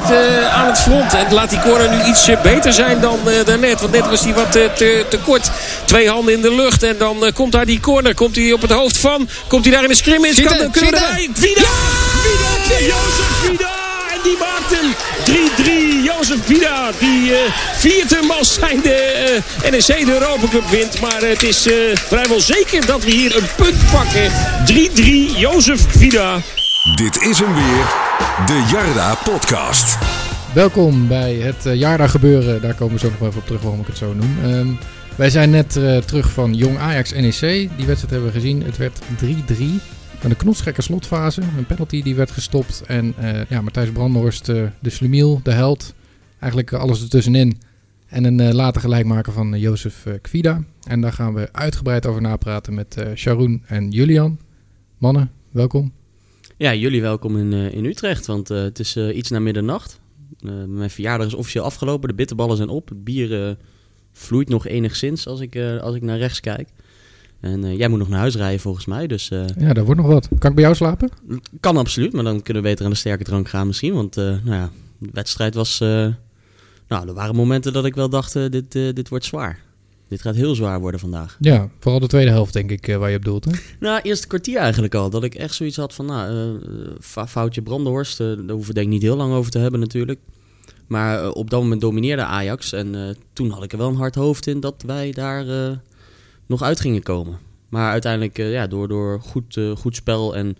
aan het front. En laat die corner nu iets beter zijn dan daarnet. Want net was hij wat te kort. 2 handen in de lucht. En dan komt daar die corner. Komt hij op het hoofd van. Komt hij daar in de scrimmage. Kunnen we erbij. Vida! Vida! Jozef Vida! En die maakt hem 3-3. Jozef Vida. Die viert hem als zijn de NEC de Europa Cup wint. Maar het is vrijwel zeker dat we hier een punt pakken. 3-3. Jozef Vida. Dit is hem weer. De Jarda Podcast. Welkom bij het Jarda gebeuren. Daar komen we zo nog wel even op terug waarom ik het zo noem. Wij zijn net terug van Jong Ajax NEC. Die wedstrijd hebben we gezien. Het werd 3-3. Van de knotsgekke slotfase. Een penalty die werd gestopt. En Matthijs Brandhorst, de slimiel, de held. Eigenlijk alles ertussenin. En een later gelijkmaker van Jozef Kvida. En daar gaan we uitgebreid over napraten met Sharon en Julian. Mannen, welkom. Ja, jullie welkom in Utrecht, want het is iets na middernacht. Mijn verjaardag is officieel afgelopen, de bitterballen zijn op. Het bier vloeit nog enigszins als ik naar rechts kijk. En jij moet nog naar huis rijden volgens mij, dus... Ja, daar wordt nog wat. Kan ik bij jou slapen? Kan absoluut, maar dan kunnen we beter aan de sterke drank gaan misschien. Want de wedstrijd was... er waren momenten dat ik wel dacht, dit wordt zwaar. Dit gaat heel zwaar worden vandaag. Ja, vooral de tweede helft denk ik waar je op doelt. Hè? Nou, eerste kwartier eigenlijk al. Dat ik echt zoiets had van, foutje Brandhorst. Daar hoeven we denk ik niet heel lang over te hebben natuurlijk. Maar op dat moment domineerde Ajax. En toen had ik er wel een hard hoofd in dat wij daar nog uit gingen komen. Maar uiteindelijk, door goed spel en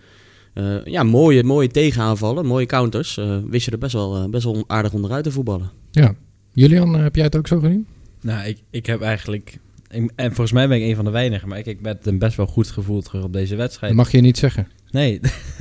mooie tegenaanvallen, mooie counters... wist je er best wel aardig onderuit te voetballen. Ja. Julian, heb jij het ook zo gezien? Nou, ik heb eigenlijk... En volgens mij ben ik een van de weinigen, maar ik ben een best wel goed gevoel terug op deze wedstrijd. Dat mag je niet zeggen. Nee.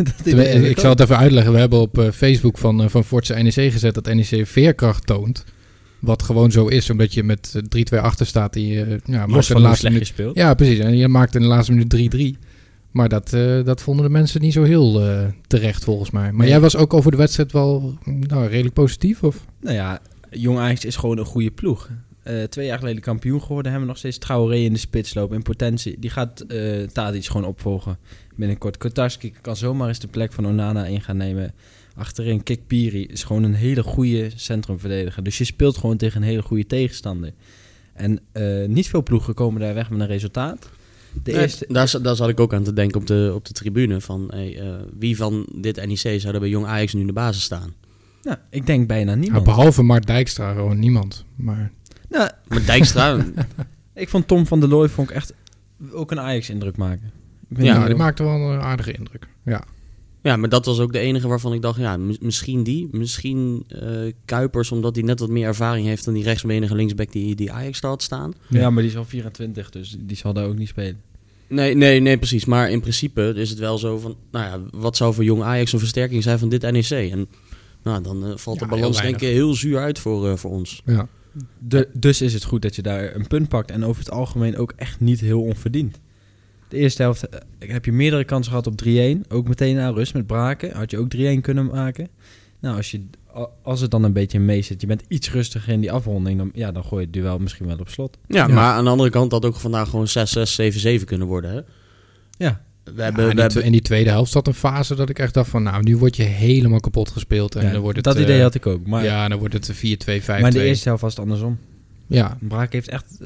Ik zal het even uitleggen. We hebben op Facebook van Forza NEC gezet dat NEC veerkracht toont. Wat gewoon zo is, omdat je met 3-2 achter staat. Die, los van hoe slecht je speelt. Ja, precies. En je maakt in de laatste minuut 3-3. Maar dat vonden de mensen niet zo heel terecht volgens mij. Maar jij was ook over de wedstrijd wel redelijk positief? Of? Nou ja, Jong Ajax is gewoon een goede ploeg. 2 jaar geleden kampioen geworden. Hebben we nog steeds Traoré in de spits lopen. In potentie. Die gaat Tadic gewoon opvolgen binnenkort. Kotarski kan zomaar eens de plek van Onana in gaan nemen. Achterin Kikpiri is gewoon een hele goede centrumverdediger. Dus je speelt gewoon tegen een hele goede tegenstander. En niet veel ploegen komen daar weg met een resultaat. Daar zat ik ook aan te denken op de tribune. Van wie van dit NEC zou er bij Jong Ajax nu in de basis staan? Nou, ik denk bijna niemand. Behalve Mart Dijkstra, gewoon niemand. Maar Dijkstra... Ik vond Tom van der Looy echt ook een Ajax-indruk maken. Die maakte wel een aardige indruk. Ja, maar dat was ook de enige waarvan ik dacht... Ja, misschien Kuipers... omdat hij net wat meer ervaring heeft... dan die rechtsbenige linksback die Ajax had staan. Ja, maar die is al 24, dus die zal daar ook niet spelen. Nee, precies. Maar in principe is het wel zo van... wat zou voor Jong Ajax een versterking zijn van dit NEC? En dan valt de balans denk ik heel zuur uit voor ons. Ja. Dus is het goed dat je daar een punt pakt. En over het algemeen ook echt niet heel onverdiend. De eerste helft heb je meerdere kansen gehad op 3-1. Ook meteen na rust met Braken. Had je ook 3-1 kunnen maken. Nou, als het dan een beetje mee zit, je bent iets rustiger in die afronding, dan gooi je het duel misschien wel op slot. Ja, maar aan de andere kant had ook vandaag gewoon 6-6, 7-7 kunnen worden. Hè? Ja. In die tweede helft zat een fase dat ik echt dacht van... nu word je helemaal kapot gespeeld. En dan wordt het, dat idee had ik ook. Maar, dan wordt het 4-2, 5-2. Maar de eerste helft was het andersom. Ja. Braak heeft echt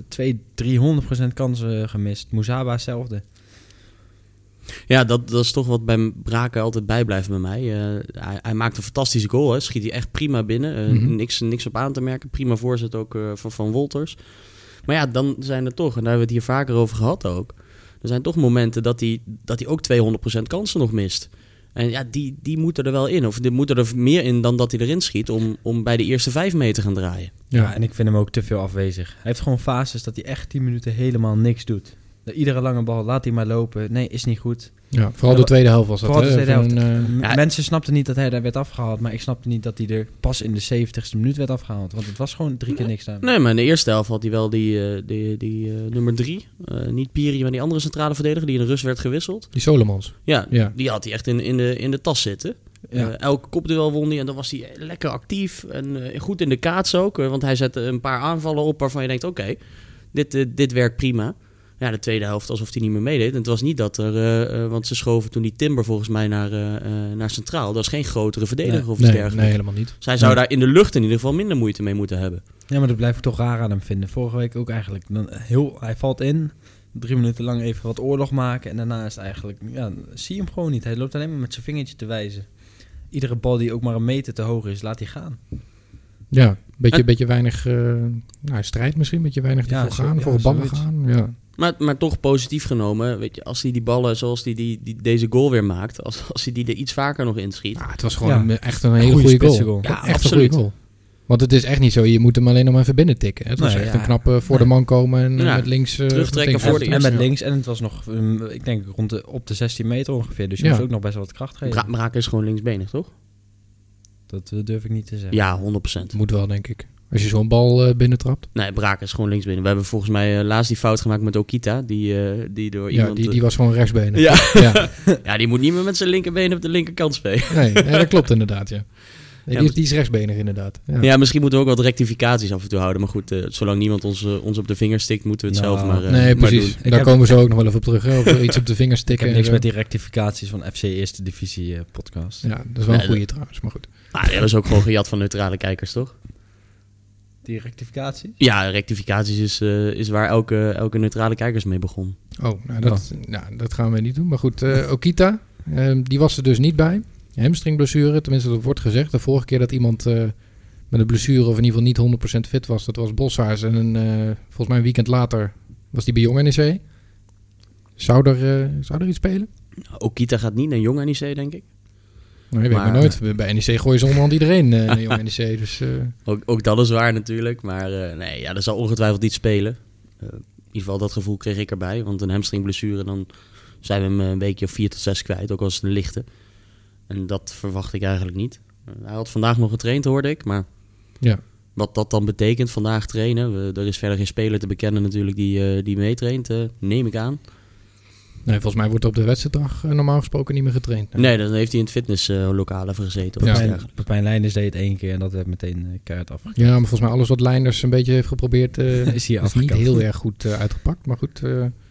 300% kansen gemist. Moesaba hetzelfde. Ja, dat is toch wat bij Braken altijd bijblijft bij mij. Hij maakt een fantastische goal. Hè. Schiet hij echt prima binnen. Niks op aan te merken. Prima voorzet ook van Wolters. Maar ja, dan zijn er toch... en daar hebben we het hier vaker over gehad ook... er zijn toch momenten dat hij ook 200% kansen nog mist. En ja, die moeten er wel in. Of die moeten er meer in dan dat hij erin schiet... om bij de eerste 5 meter te gaan draaien. Ja, en ik vind hem ook te veel afwezig. Hij heeft gewoon fases dat hij echt 10 minuten helemaal niks doet. Iedere lange bal, laat hij maar lopen. Nee, is niet goed. Ja, vooral de tweede helft was dat. Vooral de tweede helft. Mensen snapten niet dat hij daar werd afgehaald. Maar ik snapte niet dat hij er pas in de 70ste minuut werd afgehaald. Want het was gewoon 3 keer niks aan. Nee, maar in de eerste helft had hij wel die nummer 3. Niet Piri, maar die andere centrale verdediger die in de rust werd gewisseld. Die Solomons. Ja, die had hij echt in de tas zitten. Ja. Elke kopduel won hij en dan was hij lekker actief. En goed in de kaats ook. Want hij zette een paar aanvallen op waarvan je denkt, oké, dit werkt prima. ja, de tweede helft alsof hij niet meer meedeed. En het was niet dat er... want ze schoven toen die Timber volgens mij naar centraal. Dat was geen grotere verdediger of iets dergelijks. Nee, helemaal niet. Zij zou daar in de lucht in ieder geval minder moeite mee moeten hebben. Ja, maar dat blijf ik toch raar aan hem vinden. Vorige week ook eigenlijk. Hij valt in, 3 minuten lang even wat oorlog maken. En daarna is het eigenlijk... Ja, zie je hem gewoon niet. Hij loopt alleen maar met zijn vingertje te wijzen. Iedere bal die ook maar een meter te hoog is, laat hij gaan. Ja, beetje weinig strijd misschien. Beetje weinig te veel gaan, voor ballen gaan. Ja. Maar toch positief genomen, weet je, als hij die ballen zoals die deze goal weer maakt, als hij die er iets vaker nog inschiet. Ja, het was gewoon echt een hele goede goal. Ja, echt absoluut. Een goede goal. Want het is echt niet zo, je moet hem alleen nog maar even binnen tikken. Het was echt een knappe voor de man komen en met links... terugtrekken voor de en met links. En het was nog, ik denk, op de 16 meter ongeveer. Dus je moest ook nog best wel wat kracht geven. Braken is gewoon linksbenig, toch? Dat durf ik niet te zeggen. Ja, 100%. Moet wel, denk ik. Als je zo'n bal binnentrapt. Nee, Braken is gewoon linksbenig. We hebben volgens mij laatst die fout gemaakt met Okita. Die door iemand... Die was gewoon rechtsbenig. Ja. Ja, die moet niet meer met zijn linkerbeen op de linkerkant spelen. Nee, dat klopt inderdaad, ja. Nee, die is rechtsbenig inderdaad. Ja, misschien moeten we ook wat rectificaties af en toe houden. Maar goed, zolang niemand ons op de vingers stikt, moeten we het zelf maar nee, precies. doen. Daar komen we zo ook nog wel even op terug. Hè, of iets op de vingers stikken. Ik heb niks met die rectificaties van FC Eerste Divisie podcast. Ja, dat is wel een goeie trouwens, maar goed. Die hebben ze ook gewoon gejat van neutrale kijkers, toch? Die rectificaties? Ja, rectificaties is waar elke neutrale kijkers mee begon. Oh, dat gaan we niet doen. Maar goed, Okita, die was er dus niet bij. Hamstringblessure, tenminste dat wordt gezegd. De vorige keer dat iemand met een blessure of in ieder geval niet 100% fit was, dat was Boshuis. En volgens mij een weekend later was die bij Jong NEC. Zou er iets spelen? Okita gaat niet naar Jong NEC, denk ik. Nee, weet maar nooit. Bij NEC gooien ze onderhand iedereen naar Jong NEC. Dus, ook dat is waar natuurlijk. Maar er zal ongetwijfeld iets spelen. In ieder geval dat gevoel kreeg ik erbij. Want een hamstringblessure, dan zijn we hem een weekje of 4 tot 6 kwijt. Ook als het een lichte. En dat verwacht ik eigenlijk niet. Hij had vandaag nog getraind, hoorde ik. Maar wat dat dan betekent, vandaag trainen. Er is verder geen speler te bekennen natuurlijk die meetraint, neem ik aan. Nee, volgens mij wordt er op de wedstrijddag normaal gesproken niet meer getraind. Nee, dan heeft hij in het fitnesslokaal even gezeten. Pepijn Leijnders deed het 1 keer en dat werd meteen keihard afgekeurd. Ja, maar volgens mij alles wat Leijnders een beetje heeft geprobeerd is niet heel erg goed uitgepakt. Maar goed,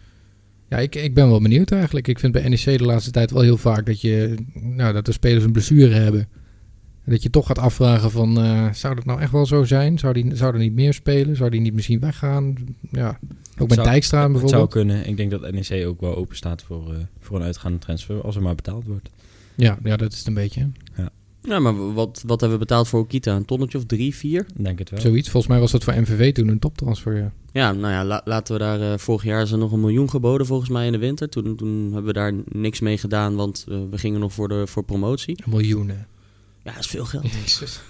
ik ben wel benieuwd eigenlijk. Ik vind bij NEC de laatste tijd wel heel vaak dat de spelers een blessure hebben. En dat je toch gaat afvragen van, zou dat nou echt wel zo zijn? Zou er niet meer spelen? Zou die niet misschien weggaan? Ja, ook met Dijkstra bijvoorbeeld. Het zou kunnen. Ik denk dat NEC ook wel open staat voor een uitgaande transfer, als er maar betaald wordt. Ja, dat is het een beetje. Ja, maar wat hebben we betaald voor Okita? Een tonnetje of 3, 4? Denk het wel. Zoiets. Volgens mij was dat voor MVV toen een toptransfer, ja. Ja, nou ja, laten we daar... vorig jaar is er nog 1 miljoen geboden volgens mij in de winter. Toen hebben we daar niks mee gedaan, want we gingen nog voor promotie. 1 miljoen, Ja, dat is veel geld. Jezus.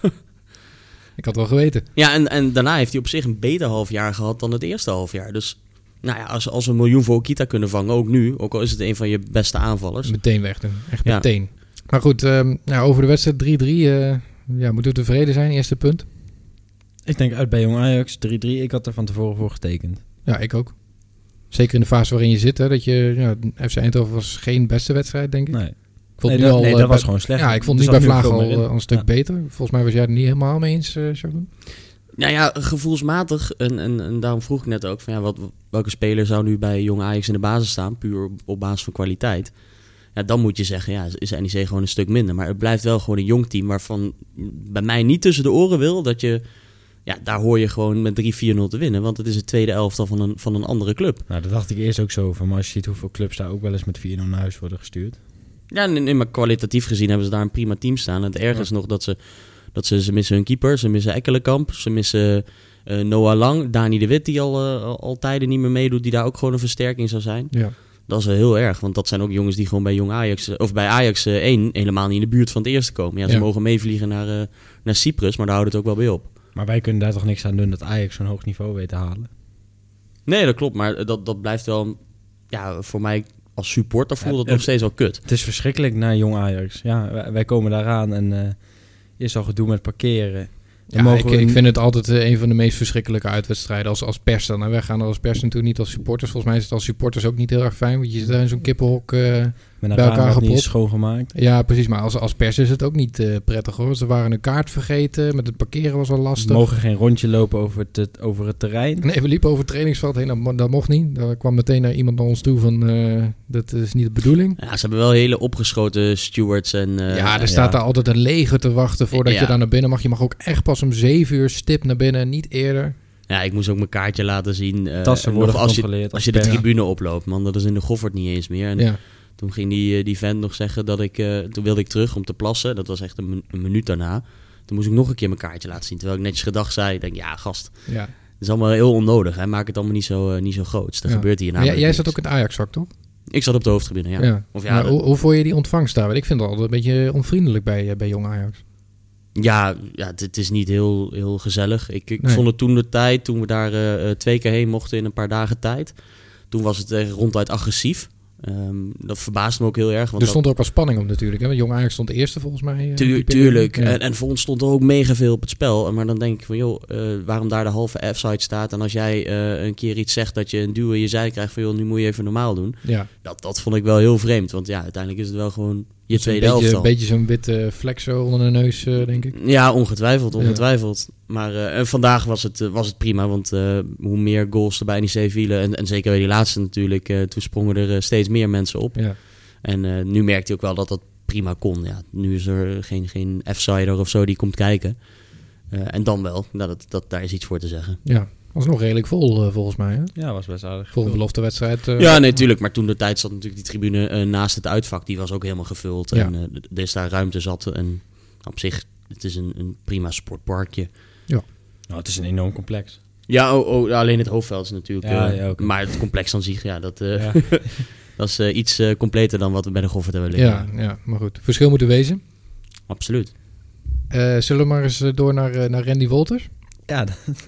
Ik had wel geweten. Ja, en daarna heeft hij op zich een beter halfjaar gehad dan het eerste halfjaar. Dus nou ja, als we 1 miljoen voor Okita kunnen vangen, ook nu, ook al is het een van je beste aanvallers. Meteen weg doen, echt meteen. Maar goed, over de wedstrijd 3-3, moeten we tevreden zijn, eerste punt. Ik denk uit bij Jong Ajax 3-3, ik had er van tevoren voor getekend. Ja, ik ook. Zeker in de fase waarin je zit, hè, dat FC Eindhoven was geen beste wedstrijd, denk ik. Nee. Dat was gewoon slecht. Ja, ik vond het nu bij Vlaag al een stuk beter. Volgens mij was jij het niet helemaal mee eens, Shagun. Nou ja, gevoelsmatig. En daarom vroeg ik net ook van welke speler zou nu bij Jong Ajax in de basis staan, puur op basis van kwaliteit. Ja, dan moet je zeggen, is NEC gewoon een stuk minder. Maar het blijft wel gewoon een jong team waarvan bij mij niet tussen de oren wil dat je... Ja, daar hoor je gewoon met 3-4-0 te winnen. Want het is het tweede elftal van een andere club. Nou, dat dacht ik eerst ook zo. Maar als je ziet hoeveel clubs daar ook wel eens met 4-0 naar huis worden gestuurd. Ja, maar kwalitatief gezien hebben ze daar een prima team staan. En het erg is nog dat ze missen hun keeper. Ze missen Ekkelenkamp. Ze missen Noah Lang. Dani de Wit, die al tijden niet meer meedoet. Die daar ook gewoon een versterking zou zijn. Ja. Dat is wel heel erg. Want dat zijn ook jongens die gewoon bij Jong Ajax... Of bij Ajax 1 helemaal niet in de buurt van het eerste komen. Ja, ze mogen meevliegen naar Cyprus. Maar daar houdt het ook wel weer op. Maar wij kunnen daar toch niks aan doen dat Ajax zo'n hoog niveau weet te halen? Nee, dat klopt. Maar dat blijft wel... Ja, voor mij als supporter voelt het nog steeds wel kut. Het is verschrikkelijk naar Jong Ajax. Ja, wij komen daaraan en is al gedoe met parkeren. Ja, ik vind het altijd een van de meest verschrikkelijke uitwedstrijden als pers dan. En wij gaan er als pers natuurlijk niet als supporters. Volgens mij is het als supporters ook niet heel erg fijn. Want je zit daar in zo'n kippenhok Met een bij elkaar raam werd niet gepot. schoongemaakt. Ja, precies. Maar als pers is het ook niet prettig hoor. Ze waren een kaart vergeten. Met het parkeren was al lastig. We mogen geen rondje lopen over het terrein. Nee, we liepen over het trainingsveld heen. Dat mocht niet. Daar kwam meteen iemand naar ons toe van... dat is niet de bedoeling. Ja, ze hebben wel hele opgeschoten stewards. En, Er staat daar altijd een leger te wachten voordat je daar naar binnen mag. Je mag ook echt pas om 7 uur stip naar binnen. Niet eerder. Ja, ik moest ook mijn kaartje laten zien. Tassen worden gecontroleerd. Als je de tribune oploopt, man. Dat is in de Goffert niet eens meer. En toen ging die vent nog zeggen dat ik... toen wilde ik terug om te plassen. Dat was echt een minuut daarna. Toen moest ik nog een keer mijn kaartje laten zien. Terwijl ik netjes gedag zei. Ik denk, ja, gast. Ja. Het is allemaal heel onnodig. Hij maakt het allemaal niet zo groot. Er gebeurt hier namelijk jij zat ook in het Ajax-vak, toch? Ik zat op de hoofdtribune, ja. Maar hoe vond je die ontvangst daar? Ik vind het altijd een beetje onvriendelijk bij Jong Ajax. Ja, het is niet heel gezellig. Ik vond het toen de tijd, toen we daar 2 keer heen mochten in een paar dagen tijd. Toen was het ronduit agressief. Dat verbaasde me ook heel erg. Want er stond ook wel spanning op natuurlijk. Hè? Want Jong Ajax stond eerste volgens mij. Tuurlijk. Ja. En voor ons stond er ook mega veel op het spel. Maar dan denk ik van joh, waarom daar de halve F-side staat. En als jij een keer iets zegt dat je een duw in je zij krijgt van joh, nu moet je even normaal doen. Ja. Dat vond ik wel heel vreemd. Want ja, uiteindelijk is het wel gewoon je tweede elftal. Een beetje zo'n witte vlek zo onder de neus, denk ik. Ja, ongetwijfeld. Ja. Maar vandaag was het prima, want hoe meer goals er bij NEC vielen... en zeker bij die laatste natuurlijk, toen sprongen er steeds meer mensen op. Ja. En nu merkte hij ook wel dat dat prima kon. Ja, nu is er geen F-sider of zo die komt kijken. En dan wel, daar is iets voor te zeggen. Ja. Was nog redelijk vol, volgens mij. Hè? Ja, was best aardig. Voor een beloftewedstrijd. Ja, nee, tuurlijk. Maar toen de tijd zat natuurlijk die tribune naast het uitvak. Die was ook helemaal gevuld. Ja. En er is daar ruimte zat. En op zich, het is een prima sportparkje. Ja. Nou, het is een enorm complex. Ja, alleen het hoofdveld is natuurlijk... Ja, okay. Maar het complex aan zich, dat is iets completer dan wat we bij de Goffert hebben liggen. Ja, maar goed. Verschil moet er wezen. Absoluut. Zullen we maar eens door naar Randy Wolters? Ja,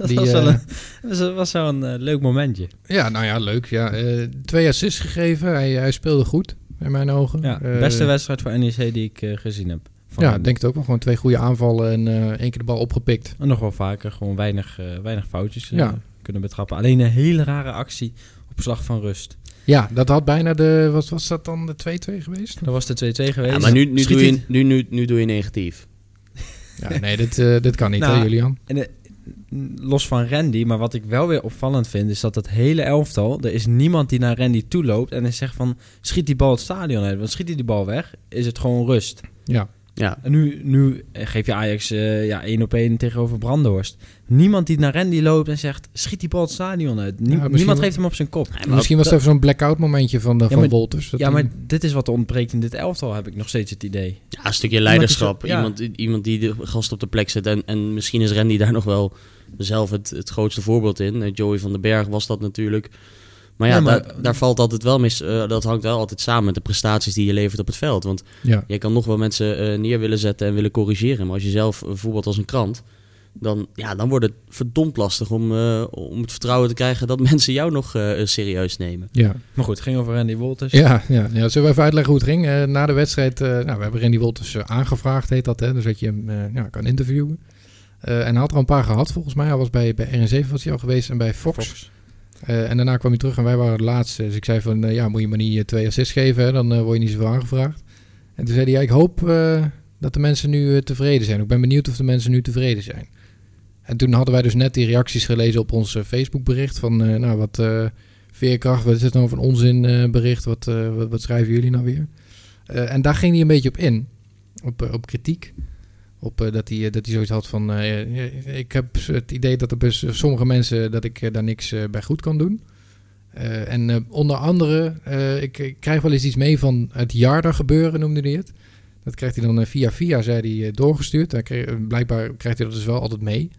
dat was wel een leuk momentje. Ja, nou ja, leuk. Ja. 2 assists gegeven. Hij speelde goed, in mijn ogen. Ja, beste wedstrijd voor NEC die ik gezien heb. Ik denk het ook wel. Gewoon 2 goede aanvallen en 1 keer de bal opgepikt. En nog wel vaker. Gewoon weinig foutjes kunnen betrappen. Alleen een hele rare actie op slag van rust. Ja, dat had bijna wat was dat dan, de 2-2 geweest? Dat was de 2-2 geweest. Ja, maar nu doe je negatief. Ja, nee, dit kan niet, hè, Julian? En los van Randy, maar wat ik wel weer opvallend vind... is dat het hele elftal... er is niemand die naar Randy toe loopt... en hij zegt van, schiet die bal het stadion uit. Want schiet hij die bal weg, is het gewoon rust. Ja. En nu geef je Ajax 1-op-1 tegenover Brandenhorst. Niemand die naar Randy loopt en zegt... schiet die bal het stadion uit. Niemand geeft hem op zijn kop. Ja, misschien was het even zo'n blackout momentje van Wolters. Maar dit is wat er ontbreekt in dit elftal, heb ik nog steeds het idee. Ja, een stukje leiderschap. Iemand die de gast op de plek zet. En misschien is Randy daar nog wel zelf het grootste voorbeeld in. Joey van den Berg was dat natuurlijk. Maar daar valt altijd wel mis. Dat hangt wel altijd samen met de prestaties die je levert op het veld. Want je kan nog wel mensen neer willen zetten en willen corrigeren. Maar als je zelf voetbalt als een krant... Dan wordt het verdomd lastig om het vertrouwen te krijgen... dat mensen jou nog serieus nemen. Ja. Maar goed, het ging over Randy Wolters. Ja. Zullen we even uitleggen hoe het ging? Na de wedstrijd, we hebben Randy Wolters aangevraagd, heet dat. Hè? Dus dat je hem kan interviewen. En hij had er al een paar gehad, volgens mij. Hij was bij RN7 was hij al geweest en bij Fox. En daarna kwam hij terug en wij waren de laatste. Dus ik zei van, moet je maar niet 2 assists geven, hè? Dan word je niet zoveel aangevraagd. En toen zei hij, ik hoop dat de mensen nu tevreden zijn. Ik ben benieuwd of de mensen nu tevreden zijn. En toen hadden wij dus net die reacties gelezen op ons Facebookbericht van, wat veerkracht, wat is het nou voor een onzinbericht, wat schrijven jullie nou weer? En daar ging hij een beetje op in, op kritiek. Dat hij zoiets had van, ik heb het idee dat er bij sommige mensen, dat ik daar niks bij goed kan doen. En onder andere, ik krijg wel eens iets mee van het Jarda gebeuren, noemde hij het. Dat krijgt hij dan via, zei hij, doorgestuurd. Blijkbaar krijgt hij dat dus wel altijd mee.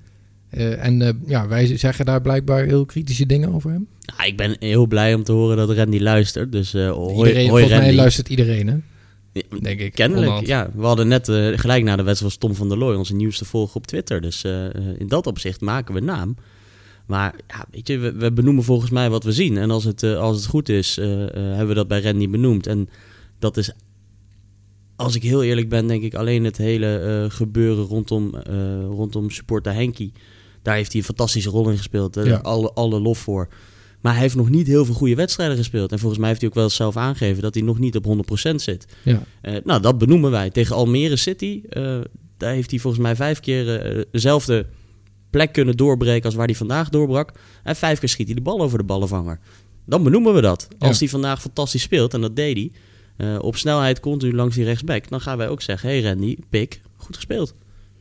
Wij zeggen daar blijkbaar heel kritische dingen over hem. Ja, ik ben heel blij om te horen dat Randy luistert. Dus volgens mij luistert iedereen, hè? Denk ik. Kennelijk, ja. We hadden net gelijk na de wedstrijd Tom van der Looy, onze nieuwste volger op Twitter. Dus in dat opzicht maken we naam. Maar ja, weet je, we benoemen volgens mij wat we zien. En als het goed is, hebben we dat bij Randy benoemd. En dat is, als ik heel eerlijk ben, denk ik alleen het hele gebeuren rondom supporter Henkie. Daar heeft hij een fantastische rol in gespeeld. Alle lof voor. Maar hij heeft nog niet heel veel goede wedstrijden gespeeld. En volgens mij heeft hij ook wel zelf aangegeven dat hij nog niet op 100% zit. Ja. Nou, dat benoemen wij. Tegen Almere City, daar heeft hij volgens mij 5 keer dezelfde plek kunnen doorbreken als waar hij vandaag doorbrak. En 5 keer schiet hij de bal over de ballenvanger. Dan benoemen we dat. Als hij vandaag fantastisch speelt, en dat deed hij, op snelheid continu langs die rechtsback, dan gaan wij ook zeggen, hey Randy, pik, goed gespeeld.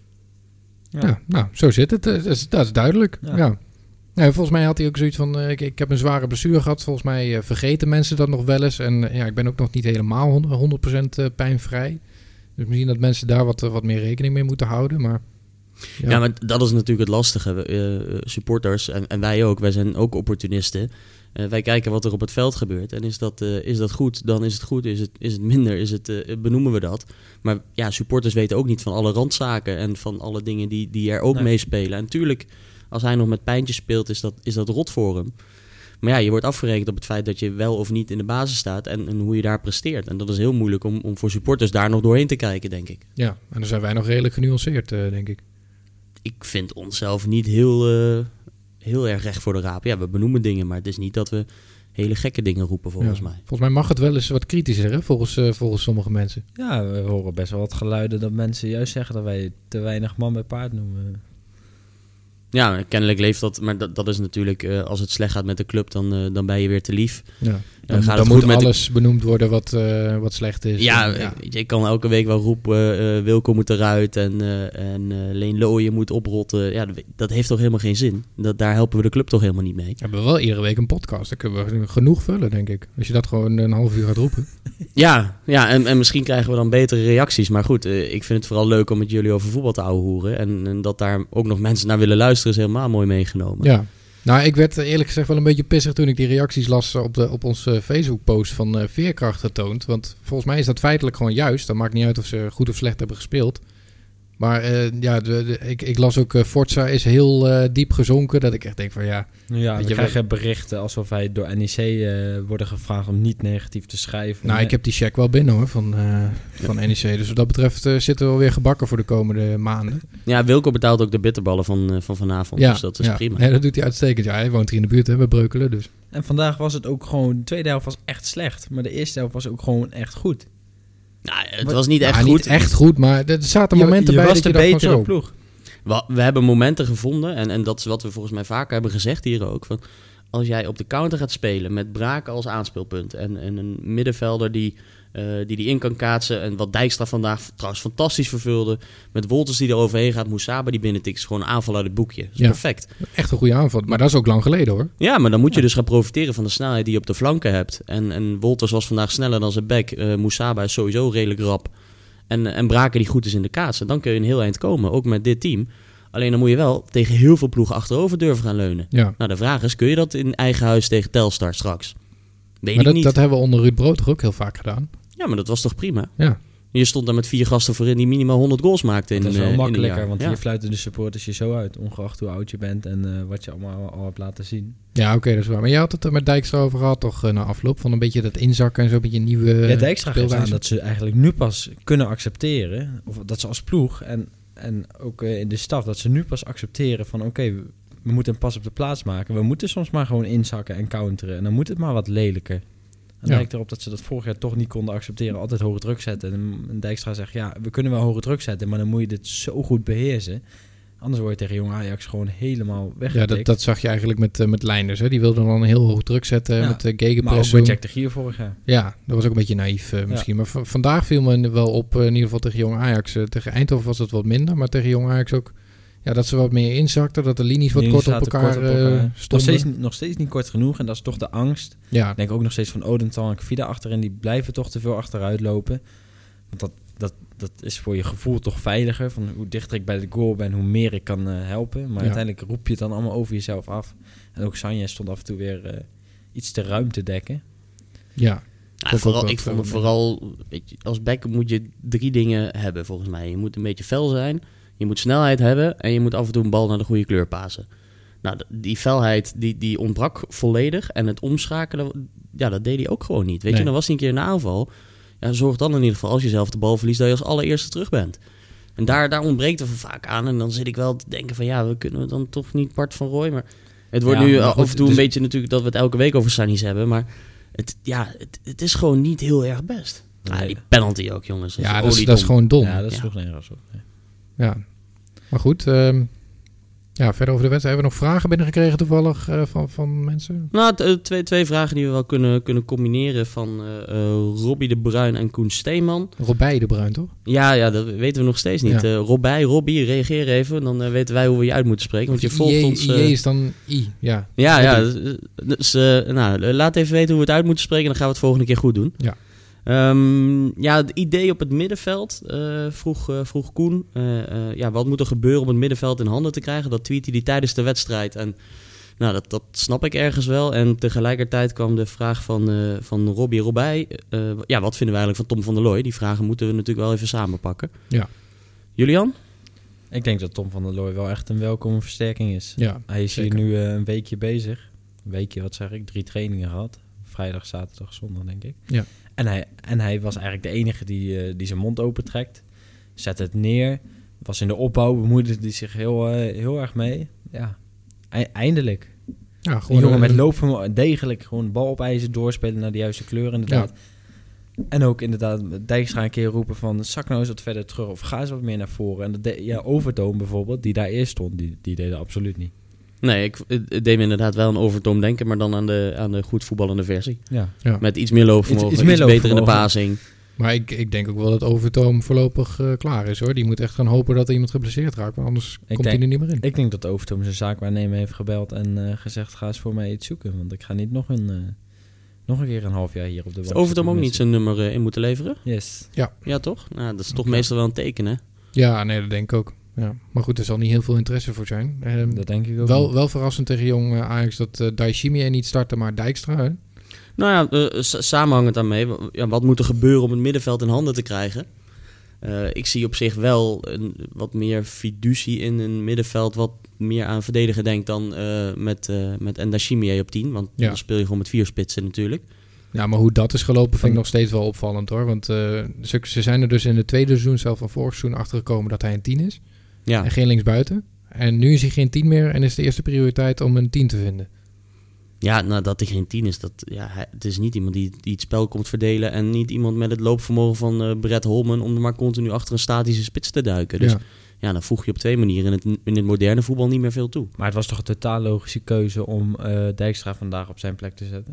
Ja, nou, zo zit het. Dat is duidelijk. Ja. Ja, volgens mij had hij ook zoiets van, ik heb een zware blessure gehad. Volgens mij vergeten mensen dat nog wel eens. En ik ben ook nog niet helemaal 100% pijnvrij. Dus misschien dat mensen daar wat meer rekening mee moeten houden. Maar ja, maar dat is natuurlijk het lastige. Supporters en wij ook, wij zijn ook opportunisten. Wij kijken wat er op het veld gebeurt. En is dat goed, dan is het goed. Is het minder, benoemen we dat. Maar ja, supporters weten ook niet van alle randzaken en van alle dingen die er ook meespelen. En natuurlijk, als hij nog met pijntjes speelt, is dat rot voor hem. Maar ja, je wordt afgerekend op het feit dat je wel of niet in de basis staat en hoe je daar presteert. En dat is heel moeilijk om voor supporters daar nog doorheen te kijken, denk ik. Ja, en dan zijn wij nog redelijk genuanceerd, denk ik. Ik vind onszelf niet heel erg recht voor de raap. Ja, we benoemen dingen, maar het is niet dat we hele gekke dingen roepen volgens mij. Volgens mij mag het wel eens wat kritischer, hè, volgens sommige mensen. Ja, we horen best wel wat geluiden dat mensen juist zeggen dat wij te weinig man bij paard noemen. Ja, kennelijk leeft dat, maar dat is natuurlijk, als het slecht gaat met de club, dan ben je weer te lief. Ja. Dan moet alles benoemd worden wat slecht is. Ja, je kan elke week wel roepen, Wilco moet eruit en Leen Looyen moet oprotten. Ja, dat heeft toch helemaal geen zin? Daar helpen we de club toch helemaal niet mee? We hebben wel iedere week een podcast. Dan kunnen we genoeg vullen, denk ik. Als je dat gewoon een half uur gaat roepen. Ja, en misschien krijgen we dan betere reacties. Maar goed, ik vind het vooral leuk om met jullie over voetbal te ouwehoeren. En dat daar ook nog mensen naar willen luisteren is helemaal mooi meegenomen. Ja. Nou, ik werd eerlijk gezegd wel een beetje pissig toen ik die reacties las op onze Facebook-post van Veerkracht getoond. Want volgens mij is dat feitelijk gewoon juist. Dat maakt niet uit of ze goed of slecht hebben gespeeld. Maar ik las ook Forza is heel diep gezonken. Dat ik echt denk van ja... Ja, we krijgen berichten alsof wij door NEC worden gevraagd om niet negatief te schrijven. Nou, ik heb die check wel binnen hoor, van NEC. Dus wat dat betreft zitten we alweer gebakken voor de komende maanden. Ja, Wilco betaalt ook de bitterballen van vanavond. Ja, dus dat is prima. Nee, dat doet hij uitstekend. Ja, hij woont hier in de buurt, hè, bij Breukelen. Dus. En vandaag was het ook gewoon... De tweede helft was echt slecht. Maar de eerste helft was ook gewoon echt goed. Nou, het was niet echt goed. Niet echt goed, maar er zaten momenten bij dat je dacht van zo. Ploeg. We hebben momenten gevonden, en dat is wat we volgens mij vaker hebben gezegd hier ook. Van, als jij op de counter gaat spelen met Braken als aanspeelpunt en een middenvelder die in kan kaatsen en wat Dijkstra vandaag trouwens fantastisch vervulde, met Wolters die er overheen gaat, Moussaba die binnentikt, is gewoon een aanval uit het boekje. Dat is perfect. Echt een goede aanval, maar dat is ook lang geleden hoor. Ja, maar dan moet je dus gaan profiteren van de snelheid die je op de flanken hebt. En Wolters was vandaag sneller dan zijn back. Moussaba is sowieso redelijk rap. En Braken die goed is in de kaatsen. Dan kun je een heel eind komen, ook met dit team. Alleen dan moet je wel tegen heel veel ploegen achterover durven gaan leunen. Ja. Nou, de vraag is, kun je dat in eigen huis tegen Telstar straks? Weet ik niet. Dat hebben we onder Ruud Brood toch ook heel vaak gedaan? Ja, maar dat was toch prima? Ja. Je stond daar met 4 gasten voorin die minimaal 100 goals maakten. Dat is wel makkelijker, want hier fluiten de supporters je zo uit. Ongeacht hoe oud je bent en wat je allemaal al hebt laten zien. Ja, oké, dat is waar. Maar je had het er met Dijkstra over gehad, toch, na afloop van een beetje dat inzakken en zo, een beetje nieuwe... Ja, Dijkstra geeft aan dat ze eigenlijk nu pas kunnen accepteren, of dat ze als ploeg en ook in de staf, dat ze nu pas accepteren van oké, we moeten een pas op de plaats maken. We moeten soms maar gewoon inzakken en counteren. En dan moet het maar wat lelijker. En lijkt erop dat ze dat vorig jaar toch niet konden accepteren. Altijd hoge druk zetten. En Dijkstra zegt, ja, we kunnen wel hoge druk zetten, maar dan moet je dit zo goed beheersen. Anders word je tegen Jong Ajax gewoon helemaal weggetikt. Ja, dat zag je eigenlijk met Leinders. Hè? Die wilde dan een heel hoog druk zetten met gegenpress. Maar ook met Jack de Gier vorig jaar. Ja, dat was ook een beetje naïef misschien. Maar vandaag viel me wel op, in ieder geval tegen Jong Ajax. Tegen Eindhoven was het wat minder, maar tegen Jong Ajax ook... Ja, dat ze wat meer inzakten, dat de linies wat kort op elkaar stonden. Nog steeds niet kort genoeg en dat is toch de angst. Ja. Ik denk ook nog steeds van Odental en Kvida achterin, die blijven toch te veel achteruit lopen. Want dat is voor je gevoel toch veiliger. Van hoe dichter ik bij de goal ben, hoe meer ik kan helpen. Maar uiteindelijk roep je het dan allemaal over jezelf af. En ook Sanje stond af en toe weer iets te ruim te dekken. Ja. Ik vond vooral, weet je, als back moet je 3 dingen hebben volgens mij. Je moet een beetje fel zijn, je moet snelheid hebben en je moet af en toe een bal naar de goede kleur pasen. Nou, die felheid die ontbrak volledig en het omschakelen, ja, dat deed hij ook gewoon niet. Weet je, dan was hij een keer in de aanval. Ja, zorg dan in ieder geval als je zelf de bal verliest dat je als allereerste terug bent. En daar ontbreekt er vaak aan. En dan zit ik wel te denken van ja, we kunnen dan toch niet Bart van Rooij. Maar Het wordt nu af en toe een beetje natuurlijk dat we het elke week over Sunnies hebben. Maar het is gewoon niet heel erg best. Nee. Die penalty ook, jongens. Dat is gewoon dom. Ja, dat sloeg nergens op. Nee. Ja, maar goed. Verder over de wedstrijd. Hebben we nog vragen binnengekregen toevallig van mensen? Nou, twee vragen die we wel kunnen combineren van Robbie de Bruin en Koen Steeman. Robbij de Bruin, toch? Ja, dat weten we nog steeds niet. Ja. Robbie, reageer even. Dan weten wij hoe we je uit moeten spreken. Want je volgt ons... I is dan I, ja. Ja. Dus laat even weten hoe we het uit moeten spreken. Dan gaan we het volgende keer goed doen. Ja. Het idee op het middenveld, vroeg Koen. Wat moet er gebeuren om het middenveld in handen te krijgen? Dat tweette hij tijdens de wedstrijd. En dat snap ik ergens wel. En tegelijkertijd kwam de vraag van Robbie Robij. Wat vinden we eigenlijk van Tom van der Looy? Die vragen moeten we natuurlijk wel even samenpakken. Ja. Julian? Ik denk dat Tom van der Looy wel echt een welkome versterking is. Ja, hij is zeker. hier nu een weekje bezig. Een weekje, 3 trainingen gehad. Vrijdag, zaterdag, zondag denk ik. Ja. En hij was eigenlijk de enige die zijn mond opentrekt. Zet het neer. Was in de opbouw, bemoeide hij zich heel erg mee. Ja, eindelijk. Ja, Een gewoon jongen met loopvermogen, degelijk gewoon de bal opeisen, doorspelen naar de juiste kleur inderdaad. Ja. En ook inderdaad Dijkstra een keer roepen van zak nou eens wat verder terug of ga eens wat meer naar voren. En Overtoom bijvoorbeeld, die daar eerst stond, die deed dat absoluut niet. Nee, het deed me inderdaad wel aan Overtoom denken, maar dan aan de goed voetballende versie. Ja. Met iets meer loopvermogen, iets beter in de passing. Maar ik denk ook wel dat Overtoom voorlopig klaar is, hoor. Die moet echt gaan hopen dat er iemand geblesseerd raakt, want anders komt hij er niet meer in. Ik denk dat Overtoom zijn zaakwaarnemer heeft gebeld en gezegd ga eens voor mij iets zoeken, want ik ga niet nog een keer een half jaar hier op de bank. Overtoom ook niet zijn nummer in moeten leveren? Yes. Ja, toch? Nou, dat is toch meestal wel een teken, hè? Ja, nee, dat denk ik ook. Ja. Maar goed, er zal niet heel veel interesse voor zijn. Dat denk ik ook. Wel verrassend tegen jong Ajax dat Daishimi niet startte, maar Dijkstra. Hè? Nou ja, samenhangend daarmee. Wat moet er gebeuren om het middenveld in handen te krijgen? Ik zie op zich wel wat meer fiducie in een middenveld wat meer aan verdedigen denkt dan met Ndashimie op 10. Want dan speel je gewoon met 4 spitsen natuurlijk. Ja, maar hoe dat is gelopen vind ik nog steeds wel opvallend, hoor. Want ze zijn er dus in het tweede seizoen, zelf van vorig seizoen, achtergekomen dat hij een 10 is. Ja. En geen linksbuiten. En nu is hij geen 10 meer en is de eerste prioriteit om een 10 te vinden. Ja, nou dat hij geen 10 is, het is niet iemand die het spel komt verdelen en niet iemand met het loopvermogen van Brett Holman om er maar continu achter een statische spits te duiken. Dus ja, dan voeg je op 2 manieren in het moderne voetbal niet meer veel toe. Maar het was toch een totaal logische keuze om Dijkstra vandaag op zijn plek te zetten?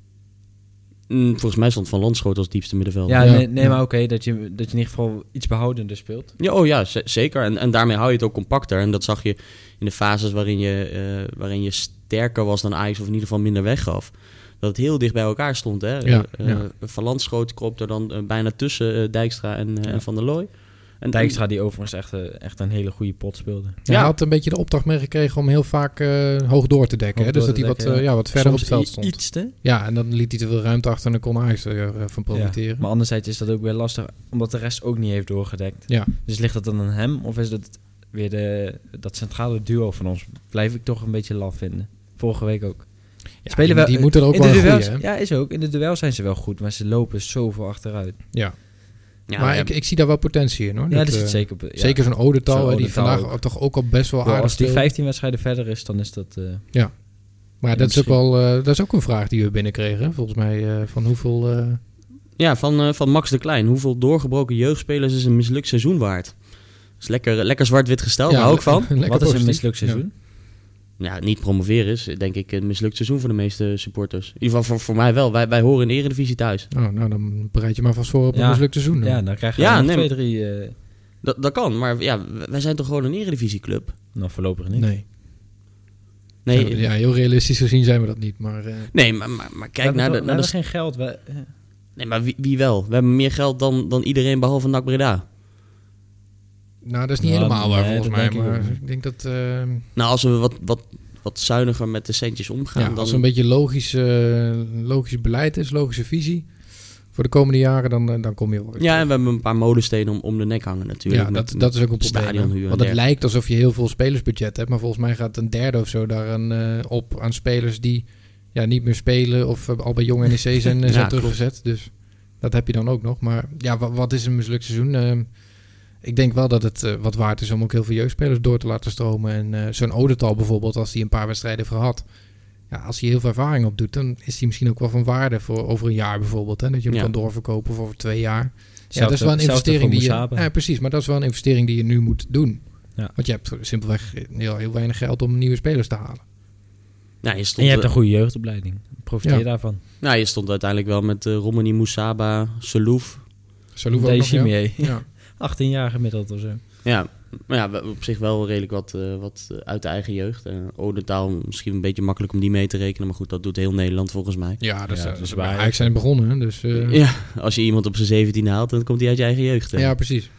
Volgens mij stond Van Landschoot als diepste middenvelder. Ja, nee, maar oké, dat je in ieder geval iets behoudender speelt. Ja, zeker. En daarmee hou je het ook compacter. En dat zag je in de fases waarin je sterker was dan Ajax, of in ieder geval minder weggaf. Dat het heel dicht bij elkaar stond. Hè? Van Landschoot kroop er dan bijna tussen Dijkstra en Van der Looy. En Dijkstra die overigens echt een hele goede pot speelde. Ja, hij had een beetje de opdracht meegekregen om heel vaak hoog door te dekken. Hè? Dus dat hij wat verder op het veld stond. Iets te. Ja, en dan liet hij te veel ruimte achter en dan kon Ajax van profiteren. Ja, maar anderzijds is dat ook weer lastig, omdat de rest ook niet heeft doorgedekt. Ja. Dus ligt dat dan aan hem, of is dat weer dat centrale duo van ons? Blijf ik toch een beetje laf vinden. Vorige week ook. Ja, spelen die moeten er ook wel duels, goeie, hè? Ja, is ook. In de duel zijn ze wel goed, maar ze lopen zoveel achteruit. Ja. Maar ik zie daar wel potentie in, hoor. Ja, dat zit zeker op. Zeker zo'n Odental, die vandaag ook toch ook al best wel aardig als die speelde. 15 wedstrijden verder is, dan is dat... Ja. Maar dat is ook wel dat is ook een vraag die we binnenkregen, volgens mij. Van hoeveel... Ja, van Max de Klein. Hoeveel doorgebroken jeugdspelers is een mislukt seizoen waard? Dat is lekker zwart-wit gesteld, daar hou ik van. Wat is een mislukt seizoen? Ja, niet promoveren is denk ik een mislukt seizoen voor de meeste supporters. In ieder geval voor mij wel. Wij horen in de Eredivisie thuis. Oh, nou, dan bereid je maar vast voor op een mislukt seizoen. Ja, dan krijg je nog 2, 3... Dat kan, maar ja, wij zijn toch gewoon een Eredivisieclub? Nou, voorlopig niet. Nee. Ja, heel realistisch gezien zijn we dat niet, maar... Nee, maar kijk naar de... We hebben geen geld. Nee, maar wie wel? We hebben meer geld dan iedereen behalve NAC Breda. Nou, dat is niet helemaal waar volgens mij, maar ik denk dat... Nou, als we wat zuiniger met de centjes omgaan... Ja, dan... als er een beetje logisch beleid is, logische visie voor de komende jaren, dan kom je wel. Ja, en we hebben een paar molenstenen om de nek hangen natuurlijk. Ja, dat is ook een probleem. Want het lijkt alsof je heel veel spelersbudget hebt, maar volgens mij gaat een derde of zo daar op aan spelers die niet meer spelen of al bij jong NEC zijn teruggezet. Dus dat heb je dan ook nog. Maar ja, wat is een mislukt seizoen? ik denk wel dat het wat waard is om ook heel veel jeugdspelers door te laten stromen. En zo'n Odental bijvoorbeeld, als hij een paar wedstrijden heeft gehad. Ja, als hij heel veel ervaring opdoet, dan is hij misschien ook wel van waarde voor over een jaar bijvoorbeeld. Hè? Dat je hem kan doorverkopen voor over 2 jaar. Ja, dat is wel een investering die je... Ja, precies, maar dat is wel een investering die je nu moet doen. Ja. Want je hebt simpelweg heel weinig geld om nieuwe spelers te halen. Ja, en je hebt een goede jeugdopleiding. Profiteer daarvan. Nou, je stond uiteindelijk wel met Romani Moussaba, Salouf ook nog, ja. 18 jaar gemiddeld of zo. Ja, maar ja, op zich wel redelijk wat uit de eigen jeugd. Odendaal misschien een beetje makkelijk om die mee te rekenen. Maar goed, dat doet heel Nederland volgens mij. Ja, dat is waar. Eigenlijk zijn begonnen. Dus, Ja, als je iemand op zijn 17 haalt, dan komt hij uit je eigen jeugd. Ja, precies.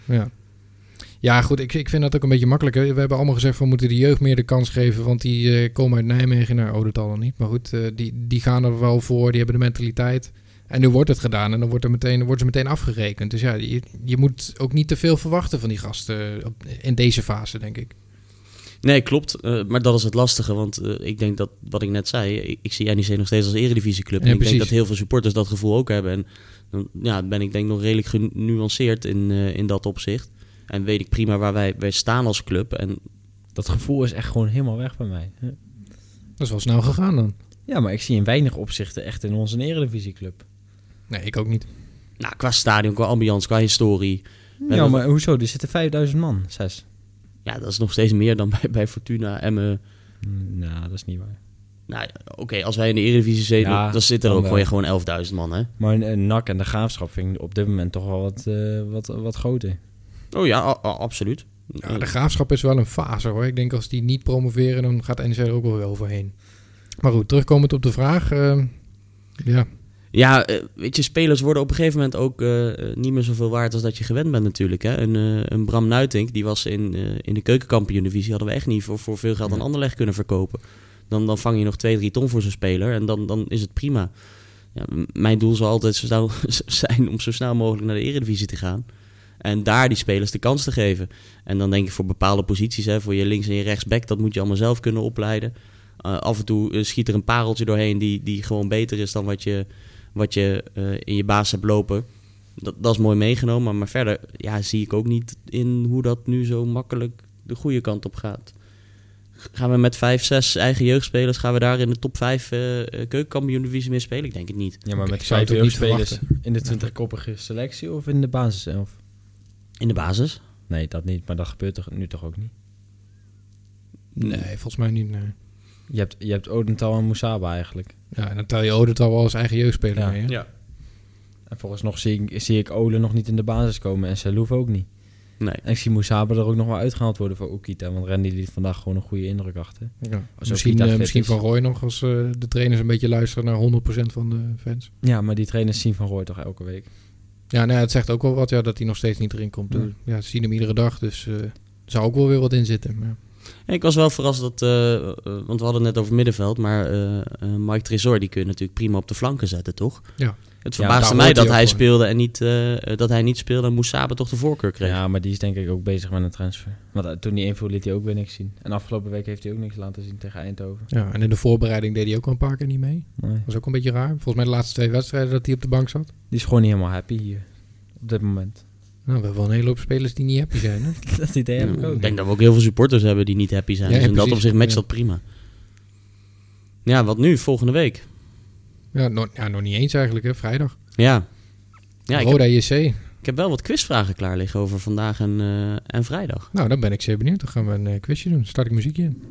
Ja, goed, ik vind dat ook een beetje makkelijk. Hè. We hebben allemaal gezegd van moeten de jeugd meer de kans geven. Want die komen uit Nijmegen. Nou, Odendaal dan niet. Maar goed, die gaan er wel voor. Die hebben de mentaliteit. En nu wordt het gedaan en dan wordt ze meteen afgerekend. Dus ja, je moet ook niet te veel verwachten van die gasten in deze fase, denk ik. Nee, klopt. Maar dat is het lastige. Want ik denk dat, wat ik net zei, ik zie NEC nog steeds als eredivisieclub. En ik denk dat heel veel supporters dat gevoel ook hebben. En dan ben ik denk nog redelijk genuanceerd in dat opzicht. En weet ik prima waar wij staan als club. En dat gevoel is echt gewoon helemaal weg bij mij. Dat is wel snel gegaan dan. Ja, maar ik zie in weinig opzichten echt in onze eredivisieclub. Nee, ik ook niet. Nou, qua stadion, qua ambiance, qua historie. Ja, maar hoezo? Er zitten 5000 man, 6. Ja, dat is nog steeds meer dan bij Fortuna, Emmen. Nou, dat is niet waar. Nou, oké, als wij in de Eredivisie zitten, dan zitten er ook gewoon 11.000 man, hè? Maar NAC en de Graafschap vind ik op dit moment toch wel wat groter. Oh ja, absoluut. Ja, de Graafschap is wel een fase, hoor. Ik denk als die niet promoveren, dan gaat NEC er ook wel weer overheen. Maar goed, terugkomend op de vraag. Ja... Ja, weet je, spelers worden op een gegeven moment ook niet meer zoveel waard als dat je gewend bent natuurlijk. Hè? Een Bram Nuitink, die was in de keukenkampioen-divisie, hadden we echt niet voor veel geld aan Anderlecht kunnen verkopen. Dan vang je nog 2-3 ton voor zo'n speler en dan is het prima. Ja, mijn doel zal altijd zijn om zo snel mogelijk naar de Eredivisie te gaan. En daar die spelers de kans te geven. En dan denk ik voor bepaalde posities, hè, voor je links- en je rechtsback, dat moet je allemaal zelf kunnen opleiden. Af en toe schiet er een pareltje doorheen die gewoon beter is dan wat je in je baas hebt lopen. Dat is mooi meegenomen. Maar verder zie ik ook niet in hoe dat nu zo makkelijk de goede kant op gaat. Gaan we met 5, 6 eigen jeugdspelers, gaan we daar in de top 5 keukenkampioen-divisie mee spelen? Ik denk het niet. Ja, maar met 5 jeugdspelers in de 20-koppige selectie of in de basis zelf? In de basis? Nee, dat niet. Maar dat gebeurt toch nu toch ook niet? Nee, volgens mij niet, nee. Je hebt Odental en Moussaba eigenlijk. Ja, en dan tel je Odental wel als eigen jeugdspeler mee, hè? Ja. En volgens nog zie ik Ole nog niet in de basis komen en Salouf ook niet. Nee. En ik zie Moussaba er ook nog wel uitgehaald worden voor Okita, want Randy liet vandaag gewoon een goede indruk achter. Ja. Misschien Van Rooij nog als de trainers een beetje luisteren naar 100% van de fans. Ja, maar die trainers zien Van Rooij toch elke week? Ja, nee, het zegt ook wel wat, dat hij nog steeds niet erin komt. Ja, ze zien hem iedere dag, dus er zou ook wel weer wat in zitten. Maar... Ik was wel verrast dat, want we hadden het net over middenveld, maar Mike Tresor, die kun je natuurlijk prima op de flanken zetten, toch? Ja. Het verbaasde mij dat hij speelde en dat hij niet speelde en Moussaba toch de voorkeur kreeg. Ja, maar die is denk ik ook bezig met een transfer. Want toen hij inviel liet hij ook weer niks zien. En afgelopen week heeft hij ook niks laten zien tegen Eindhoven. Ja, en in de voorbereiding deed hij ook al een paar keer niet mee. Nee. Dat was ook een beetje raar. Volgens mij de laatste 2 wedstrijden dat hij op de bank zat. Die is gewoon niet helemaal happy hier, op dit moment. Nou, we hebben wel een hele hoop spelers die niet happy zijn, hè? Dat idee heb ik ook. Ik denk dat we ook heel veel supporters hebben die niet happy zijn. Dus in dat opzicht matcht dat prima. Ja, wat nu? Volgende week? Ja, nog niet eens eigenlijk, hè? Vrijdag. Ja. Roda JC. Ik heb wel wat quizvragen klaar liggen over vandaag en vrijdag. Nou, dan ben ik zeer benieuwd. Dan gaan we een quizje doen. Start ik muziekje in.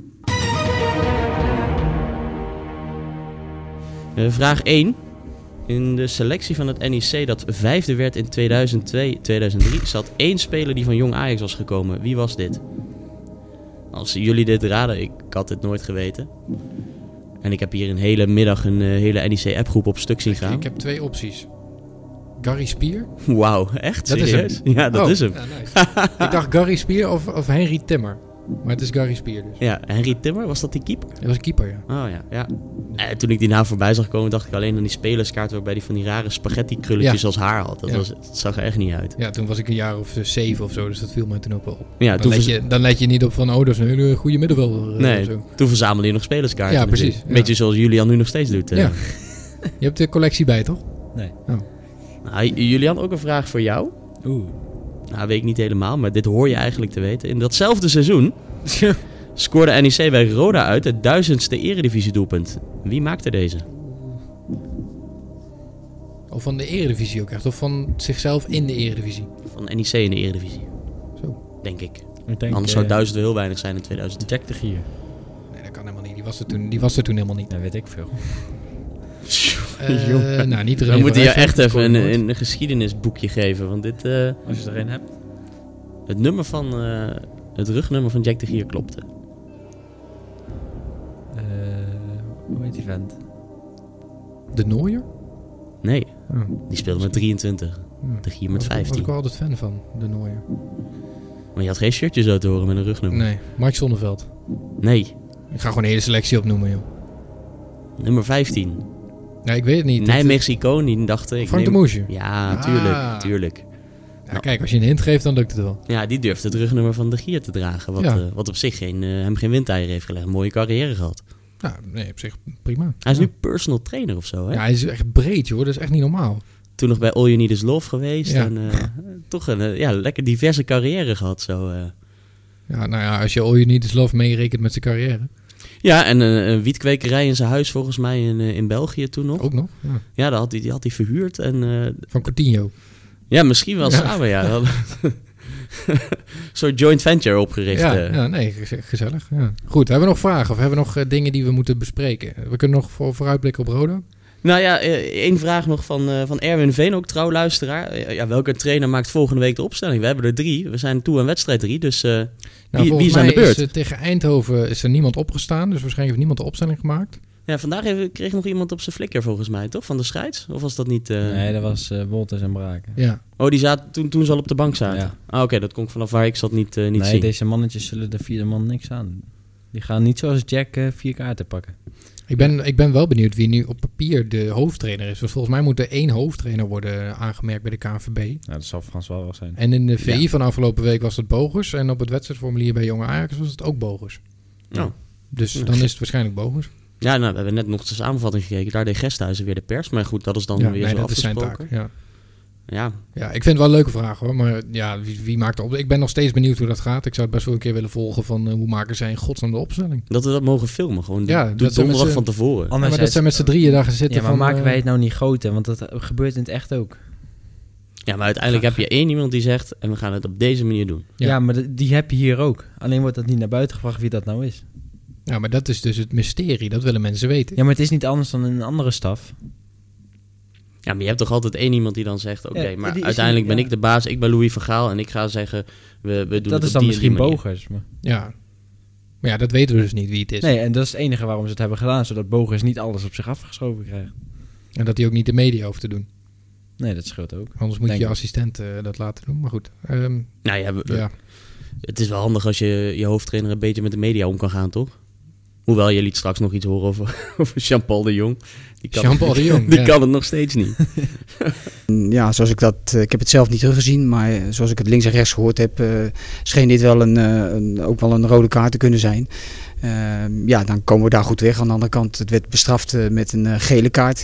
Vraag 1. In de selectie van het NEC dat 5e werd in 2002-2003... zat 1 speler die van Jong Ajax was gekomen. Wie was dit? Als jullie dit raden, ik had dit nooit geweten. En ik heb hier een hele middag een hele NEC-appgroep op stuk zien gaan. Ik heb 2 opties. Gary Spier? Wauw, echt? Dat serieus? Is hem. Ja, dat is hem. Ja, nice. Ik dacht Gary Spier of Henry Timmer. Maar het is Gary Spier dus. Ja, Henry Timmer, was dat die keeper? Dat was een keeper, ja. Oh ja. Toen ik die naam voorbij zag komen, dacht ik alleen aan die spelerskaart waarbij die van die rare spaghetti-krulletjes als haar had. Dat zag er echt niet uit. Ja, toen was ik een jaar of 7 of zo, dus dat viel mij toen ook wel op. Ja, dan let je niet op van, dat is een hele goede middenvelder. Nee, toen verzamelde je nog spelerskaarten. Ja, precies. Een beetje zoals Julian nu nog steeds doet. Ja. Je hebt de collectie bij, toch? Nee. Oh. Nou, Julian, ook een vraag voor jou. Nou, weet ik niet helemaal, maar dit hoor je eigenlijk te weten. In datzelfde seizoen scoorde NEC bij Roda uit het 1000ste eredivisie-doelpunt. Wie maakte deze? Of van de Eredivisie ook echt? Of van zichzelf in de Eredivisie? Van NEC in de eredivisie. Zo. Denk ik. denk, Anders zou 1000 heel weinig zijn in 2000. Jack de Gier. Nee, dat kan helemaal niet. Die was er toen helemaal niet. Dat weet ik veel. Nou, niet Dan moet je echt even een geschiedenisboekje geven. Want dit... Als je er een hebt. Het nummer van... het rugnummer van Jack de Gier klopte. Hoe heet die vent? De Nooier? Nee, Oh. die speelde met 23. De Gier met Daar was 15. ik wel altijd fan van, de Nooier. Maar je had geen shirtje zo te horen met een rugnummer. Nee, Mike Zonneveld. Nee, Ik ga gewoon de hele selectie opnoemen, joh. nummer 15. Nee, ik weet het niet. Nijmeegse icoon, die dacht... Frank de Moesje. Ja, tuurlijk. Ja, kijk, als je een hint geeft, dan lukt het wel. Ja, die durfde het rugnummer van de Gier te dragen. Wat op zich hem geen windeieren heeft gelegd. Een mooie carrière gehad. Nou, nee, op zich prima. Hij is nu personal trainer of zo, hè? Ja, hij is echt breed, joh. Dat is echt niet normaal. Toen nog bij All You Need Is Love geweest. Ja. En toch een lekker diverse carrière gehad. Zo. Ja, nou ja, als je All You Need Is Love meerekent met zijn carrière. Ja, en een wietkwekerij in zijn huis volgens mij in België toen nog. Ook nog. Ja. Ja, die had hij verhuurd. En, Van Coutinho. ja, misschien wel samen, ja. Een soort joint venture opgericht. Ja, nee, gezellig. Ja. Goed, hebben we nog vragen? Of hebben we nog dingen die we moeten bespreken? We kunnen nog vooruitblikken op Roda. Nou ja, één vraag nog van Erwin Veen, ook trouw luisteraar. Welke trainer maakt volgende week de opstelling? We hebben er 3. We zijn toe aan wedstrijd 3. Dus wie is aan de beurt? Tegen Eindhoven is er niemand opgestaan. Dus waarschijnlijk heeft niemand de opstelling gemaakt. Ja, vandaag kreeg nog iemand op zijn flikker volgens mij, toch? Van de scheids? Of was dat niet... Nee, dat was Wolters en Braken. Ja. Oh, die zaten toen ze al op de bank zaten? Ja. Ah, oké, dat kon ik vanaf waar ik zat niet Nee, zien. deze mannetjes zullen de 4e man niks aan. Die gaan niet zoals Jack 4 kaarten pakken. Ik ben wel benieuwd wie nu op papier de hoofdtrainer is. Want volgens mij moet er 1 hoofdtrainer worden aangemerkt bij de KNVB. Nou, dat zal Frans wel zijn. En in de VI van afgelopen week was het Bogus. En op het wedstrijdformulier bij Jonge Ajax was het ook Bogus. Oh. Dus dan is het waarschijnlijk Bogus. Ja, nou, we hebben net nog de samenvatting gekeken. Daar deed Gesthuizen weer de pers. Maar goed, dat is dan weer zo dat is zijn afgesproken. taak. Ja. Ja. Ja, ik vind het wel een leuke vraag hoor. Maar ja, wie maakt de opstelling? Ik ben nog steeds benieuwd hoe dat gaat. Ik zou het best wel een keer willen volgen van hoe maken zij in godsnaam de opstelling. Dat we dat mogen filmen. Gewoon Ja, de donderdag van tevoren. Ja, maar dat zijn met z'n drieën daar gaan zitten. Ja, maar van, maken wij het nou niet groter? Want dat gebeurt in het echt ook. Ja, maar uiteindelijk heb je 1 iemand die zegt... en we gaan het op deze manier doen. Ja, maar die heb je hier ook. Alleen wordt dat niet naar buiten gebracht wie dat nou is. Ja, maar dat is dus het mysterie. Dat willen mensen weten. Ja, maar het is niet anders dan een andere staf. Ja, maar je hebt toch altijd 1 iemand die dan zegt... oké, Ja, maar die is uiteindelijk niet- ben ik de baas. Ik ben Louis van Gaal en ik ga zeggen... we doen Dat het is op dan die misschien manier. Bogers. Maar... Ja. Maar ja, dat weten we dus niet wie het is. Nee, en dat is het enige waarom ze het hebben gedaan. Zodat Bogers niet alles op zich afgeschoven krijgt. En dat hij ook niet de media hoeft te doen. Nee, dat scheelt ook. Anders moet Denk je ik. assistent dat laten doen. Maar goed. Nou ja, Ja. het is wel handig als je hoofdtrainer een beetje met de media om kan gaan, toch? Hoewel, je liet straks nog iets horen over Jean-Paul de Jong. Jean-Paul de Jong, Die ja. kan het nog steeds niet. Ja, zoals ik ik heb het zelf niet teruggezien, maar zoals ik het links en rechts gehoord heb, scheen dit wel ook wel een rode kaart te kunnen zijn. Ja, dan komen we daar goed weg. Aan de andere kant, het werd bestraft met een gele kaart.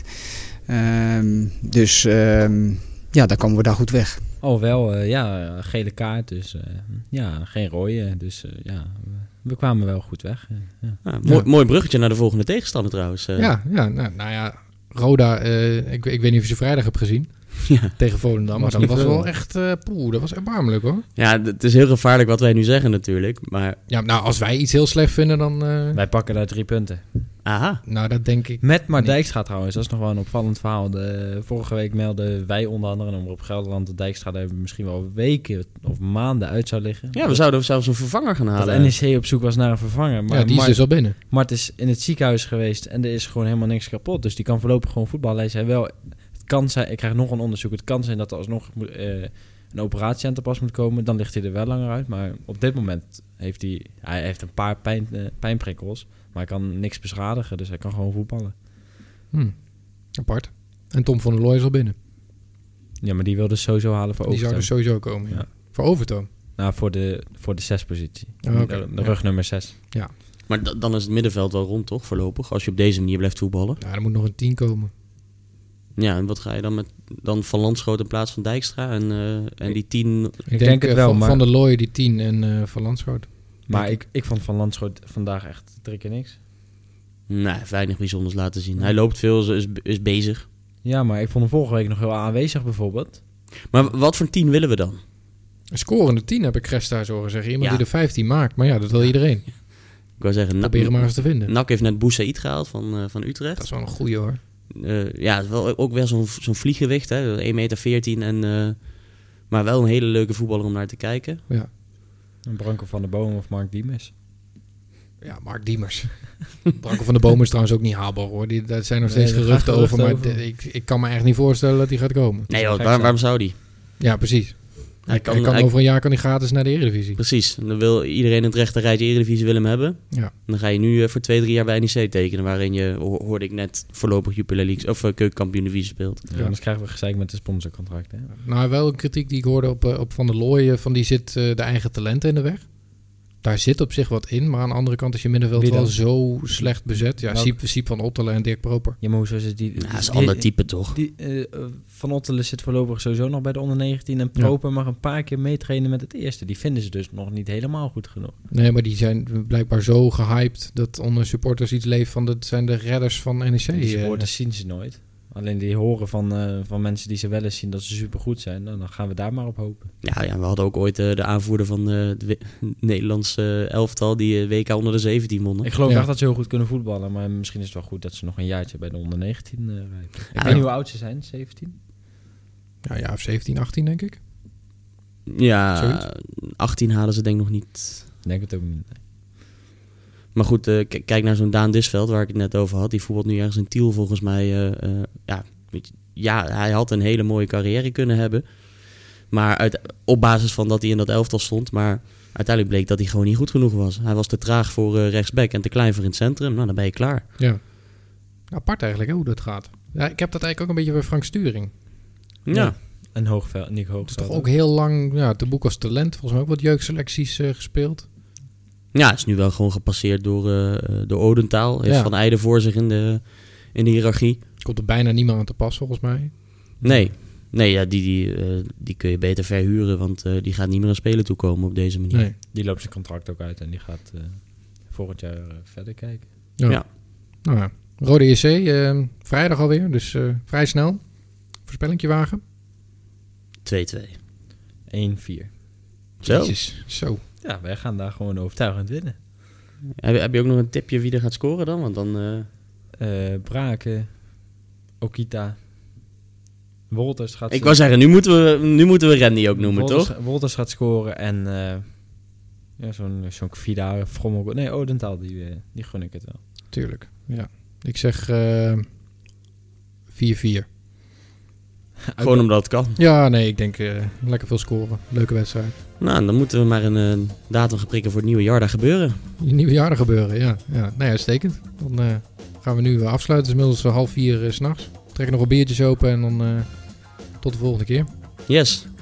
Dus ja, dan komen we daar goed weg. Oh, wel, gele kaart. Dus geen rode. Dus we kwamen wel goed weg. Ja. Ja, mooi bruggetje naar de volgende tegenstander trouwens. Ja, nou ja. Roda, ik weet niet of je ze vrijdag hebt gezien. Ja. Tegen Volendam. Maar Was dat niet was veel. wel echt... dat was erbarmelijk hoor. Ja, het is heel gevaarlijk wat wij nu zeggen natuurlijk. Maar, Ja, nou als wij iets heel slecht vinden dan... Wij pakken daar 3 punten. aha. nou, dat denk ik... Met maar Nee. Dijkstra trouwens, dat is nog wel een opvallend verhaal. Vorige week melden wij onder andere op Gelderland dat Dijkstra er misschien wel weken of maanden uit zou liggen. Ja, we zouden zelfs een vervanger gaan halen. Dat NEC op zoek was naar een vervanger. Maar ja, die is dus al binnen. Mart is in het ziekenhuis geweest en er is gewoon helemaal niks kapot. Dus die kan voorlopig gewoon voetballen. Hij zei wel, het kan zijn, ik krijg nog een onderzoek. Het kan zijn dat er alsnog een operatie aan te pas moet komen. Dan ligt hij er wel langer uit. Maar op dit moment heeft hij heeft een paar pijnprikkels. Maar hij kan niks beschadigen, dus hij kan gewoon voetballen. Apart. En Tom van der Looy is al binnen. Ja, maar die wil dus sowieso halen voor Die zou Overtoom. dus sowieso komen. Ja. Ja. Voor Overtoom. Nou, voor de 6-positie. Oh, oké. De rug nummer 6. Maar dan is het middenveld wel rond toch voorlopig? Als je op deze manier blijft voetballen. Ja, er moet nog een 10 komen. Ja, en wat ga je dan met Van Landschoot in plaats van Dijkstra en die 10? Ik denk het wel, maar... Van der Looy die 10 en Van Landschoot. Maar ik vond Van Landschoot vandaag echt 3 keer niks. Nee, weinig bijzonders laten zien. Hij loopt veel, is bezig. Ja, maar ik vond hem vorige week nog heel aanwezig bijvoorbeeld. Maar wat voor 10 willen we dan? Een scorende 10 heb ik Cresta horen zeggen. Iemand Ja. die er 15 maakt. Maar ja, dat wil iedereen. Ik wou zeggen, Proberen maar eens te vinden. NAC heeft net Boussaïd gehaald van Utrecht. Dat is wel een goeie hoor. Ja, wel, ook wel zo'n vlieggewicht, hè? 1,14 meter maar wel een hele leuke voetballer om naar te kijken. Ja, Een Branko van der Boom of Mark Diemers. ja Mark Diemers. Branko van der Boom is trouwens ook niet haalbaar hoor. Daar zijn nog steeds Nee, daar geruchten gaat over. Maar geruchten over. ik kan me echt niet voorstellen dat hij gaat komen. Nee zou joh, gek zijn. waarom zou die? Ja, precies. Hij kan Over een jaar kan hij gratis naar de Eredivisie. Precies, dan wil iedereen in het rechte rijtje Eredivisie willen hem hebben. Ja. Dan ga je nu voor 2-3 jaar bij NEC tekenen, waarin je, hoorde ik net, voorlopig Jupiler League of Keukenkampioen Divisie speelt. Ja, anders krijgen we gezeik met de sponsorcontract. Hè? Nou, wel een kritiek die ik hoorde op Van der Looy. Van die zit de eigen talenten in de weg. Daar zit op zich wat in. Maar aan de andere kant is je middenveld Wie dan? wel zo slecht bezet. Ja, Siep van Ottelen en Dirk Proper. Ja, maar hoezo is die... Ja, dat is een ander type toch? Van Ottelen zit voorlopig sowieso nog bij de onder 19. En Proper mag een paar keer meetrainen met het eerste. Die vinden ze dus nog niet helemaal goed genoeg. Nee, maar die zijn blijkbaar zo gehyped dat onder supporters iets leeft van dat zijn de redders van NEC. Die supporters zien ze nooit. Alleen die horen van mensen die ze wel eens zien dat ze supergoed zijn. Nou, dan gaan we daar maar op hopen. Ja, we hadden ook ooit de aanvoerder van de Nederlandse elftal die WK onder de 17 won. Ik geloof Ja. echt dat ze heel goed kunnen voetballen. Maar misschien is het wel goed dat ze nog een jaartje bij de onder 19 rijden. Ik weet Ja. niet hoe oud ze zijn, 17? Ja, of 17, 18 denk ik. Ja, Zoiets. 18 halen ze denk ik nog niet. Ik denk het ook niet. Nee. Maar goed, kijk naar zo'n Daan Disveld waar ik het net over had. Die voetbalt nu ergens in Tiel volgens mij. Ja, hij had een hele mooie carrière kunnen hebben. Maar op basis van dat hij in dat elftal stond. Maar uiteindelijk bleek dat hij gewoon niet goed genoeg was. Hij was te traag voor rechtsback en te klein voor in het centrum. Nou, dan ben je klaar. Ja. Apart eigenlijk hè, hoe dat gaat. Ja, ik heb dat eigenlijk ook een beetje bij Frank Sturing. Ja. En Nick Dat is Hoogveld. toch ook heel lang te boek als talent. Volgens mij ook wat jeugdselecties gespeeld. Ja, is nu wel gewoon gepasseerd door Odentaal. Heeft Ja. Van Eijden voor zich in de hiërarchie. Komt er bijna niemand aan te pas volgens mij. Nee, ja, die kun je beter verhuren. Want die gaat niet meer aan spelen toekomen op deze manier. Nee. Die loopt zijn contract ook uit en die gaat volgend jaar verder kijken. Ja. Nou ja. Rode JC, vrijdag alweer. Dus vrij snel. Voorspellingje wagen. 2-2. 1-4. Zo. Jezus, zo. Ja, wij gaan daar gewoon overtuigend winnen. Heb je ook nog een tipje wie er gaat scoren dan? Want dan... Braken, Okita, Wolters gaat... Ik wou zeggen, nu moeten we Randy ook noemen, toch? Wolters gaat scoren en zo'n Kvida, Frommel... Nee, Odentaal, die gun ik het wel. Tuurlijk. Ja. Ik zeg 4-4. Gewoon omdat het kan. Ja, nee, ik denk lekker veel scoren. Leuke wedstrijd. Nou, dan moeten we maar een datum gaan prikken voor het nieuwe jaar daar gebeuren. Nieuwe jaren gebeuren, ja. Nee, uitstekend. Dan gaan we nu afsluiten. Het is inmiddels 3:30 's nachts. Trekken nog wat biertjes open en dan tot de volgende keer. Yes.